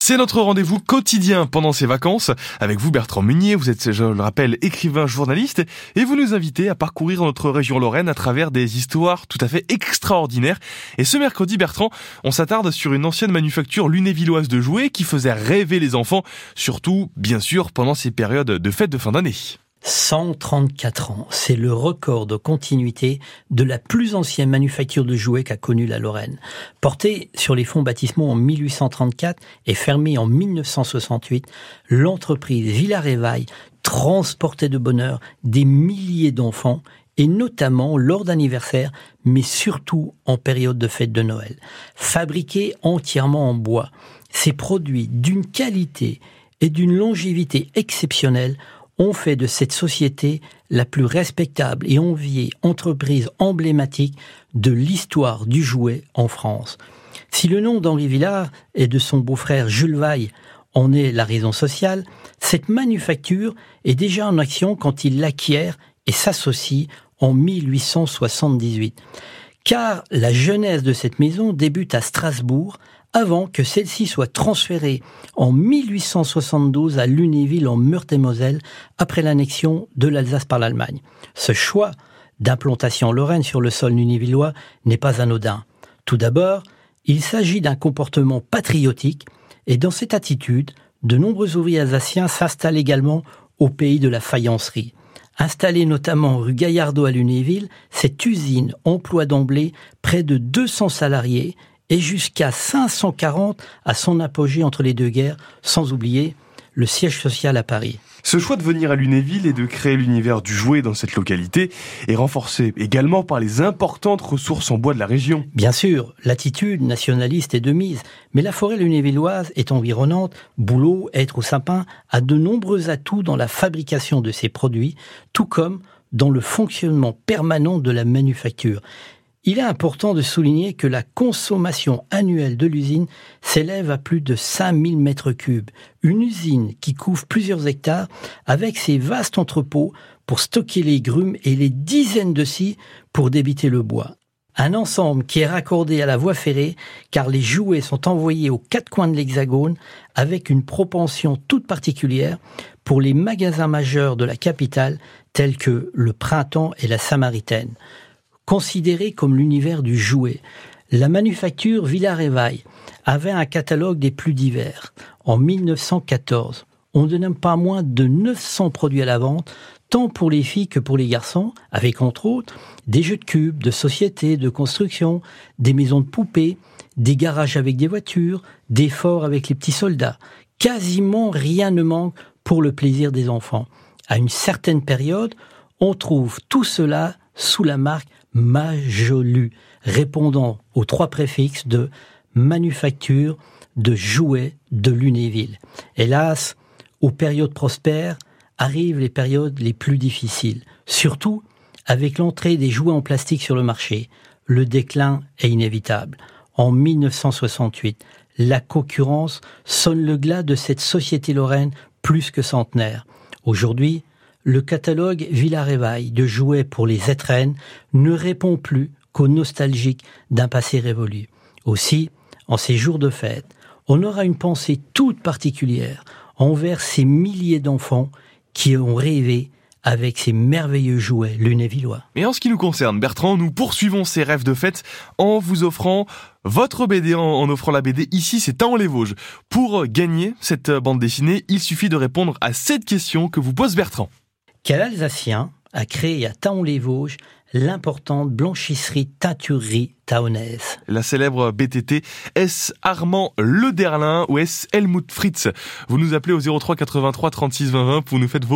C'est notre rendez-vous quotidien pendant ces vacances. Avec vous, Bertrand Meunier, vous êtes, je le rappelle, écrivain, journaliste, et vous nous invitez à parcourir notre région Lorraine à travers des histoires tout à fait extraordinaires. Et ce mercredi, Bertrand, on s'attarde sur une ancienne manufacture lunévilloise de jouets qui faisait rêver les enfants, surtout, bien sûr, pendant ces périodes de fêtes de fin d'année. 134 ans, c'est le record de continuité de la plus ancienne manufacture de jouets qu'a connue la Lorraine. Portée sur les fonds baptismaux en 1834 et fermée en 1968, l'entreprise Villa-Révaille transportait de bonheur des milliers d'enfants, et notamment lors d'anniversaires, mais surtout en période de fête de Noël. Fabriqués entièrement en bois, ces produits d'une qualité et d'une longévité exceptionnelle ont fait de cette société la plus respectable et enviée entreprise emblématique de l'histoire du jouet en France. Si le nom d'Henri Villard et de son beau-frère Jules Vaille en est la raison sociale, cette manufacture est déjà en action quand il l'acquiert et s'associe en 1878. Car la genèse de cette maison débute à Strasbourg, avant que celle-ci soit transférée en 1872 à Lunéville en Meurthe-et-Moselle après l'annexion de l'Alsace par l'Allemagne. Ce choix d'implantation lorraine sur le sol lunévillois n'est pas anodin. Tout d'abord, il s'agit d'un comportement patriotique et dans cette attitude, de nombreux ouvriers alsaciens s'installent également au pays de la faïencerie. Installée notamment rue Gaillardeau à Lunéville, cette usine emploie d'emblée près de 200 salariés et jusqu'à 540 à son apogée entre les deux guerres, sans oublier le siège social à Paris. Ce choix de venir à Lunéville et de créer l'univers du jouet dans cette localité est renforcé également par les importantes ressources en bois de la région. Bien sûr, l'attitude nationaliste est de mise, mais la forêt lunévilloise est environnante, bouleau, hêtre ou sapin, a de nombreux atouts dans la fabrication de ces produits, tout comme dans le fonctionnement permanent de la manufacture. Il est important de souligner que la consommation annuelle de l'usine s'élève à plus de 5000 mètres cubes. Une usine qui couvre plusieurs hectares avec ses vastes entrepôts pour stocker les grumes et les dizaines de scies pour débiter le bois. Un ensemble qui est raccordé à la voie ferrée car les jouets sont envoyés aux quatre coins de l'Hexagone avec une propension toute particulière pour les magasins majeurs de la capitale tels que le Printemps et la Samaritaine. Considérée comme l'univers du jouet, la manufacture Villa-Révaille avait un catalogue des plus divers. En 1914, on ne donne pas moins de 900 produits à la vente, tant pour les filles que pour les garçons, avec entre autres des jeux de cubes, de société, de construction, des maisons de poupées, des garages avec des voitures, des forts avec les petits soldats. Quasiment rien ne manque pour le plaisir des enfants. À une certaine période, on trouve tout cela sous la marque Majolu, répondant aux trois préfixes de manufacture, de jouets, de Lunéville. Hélas, aux périodes prospères arrivent les périodes les plus difficiles, surtout avec l'entrée des jouets en plastique sur le marché. Le déclin est inévitable. En 1968, la concurrence sonne le glas de cette société lorraine plus que centenaire. Aujourd'hui, le catalogue Villa-Révaille de jouets pour les étrennes ne répond plus qu'aux nostalgiques d'un passé révolu. Aussi, en ces jours de fête, on aura une pensée toute particulière envers ces milliers d'enfants qui ont rêvé avec ces merveilleux jouets lunévillois. Et en ce qui nous concerne, Bertrand, nous poursuivons ces rêves de fête en vous offrant votre BD, en offrant la BD Ici, c'est Thaon-les-Vosges. Pour gagner cette bande dessinée, il suffit de répondre à cette question que vous pose Bertrand. Quel Alsacien a créé à Thaon-les-Vosges l'importante blanchisserie-teinturerie thaonnaise? La célèbre BTT, est-ce Armand Lederlin ou est-ce Helmut Fritz? Vous nous appelez au 03 83 36 20 20 pour nous faire vos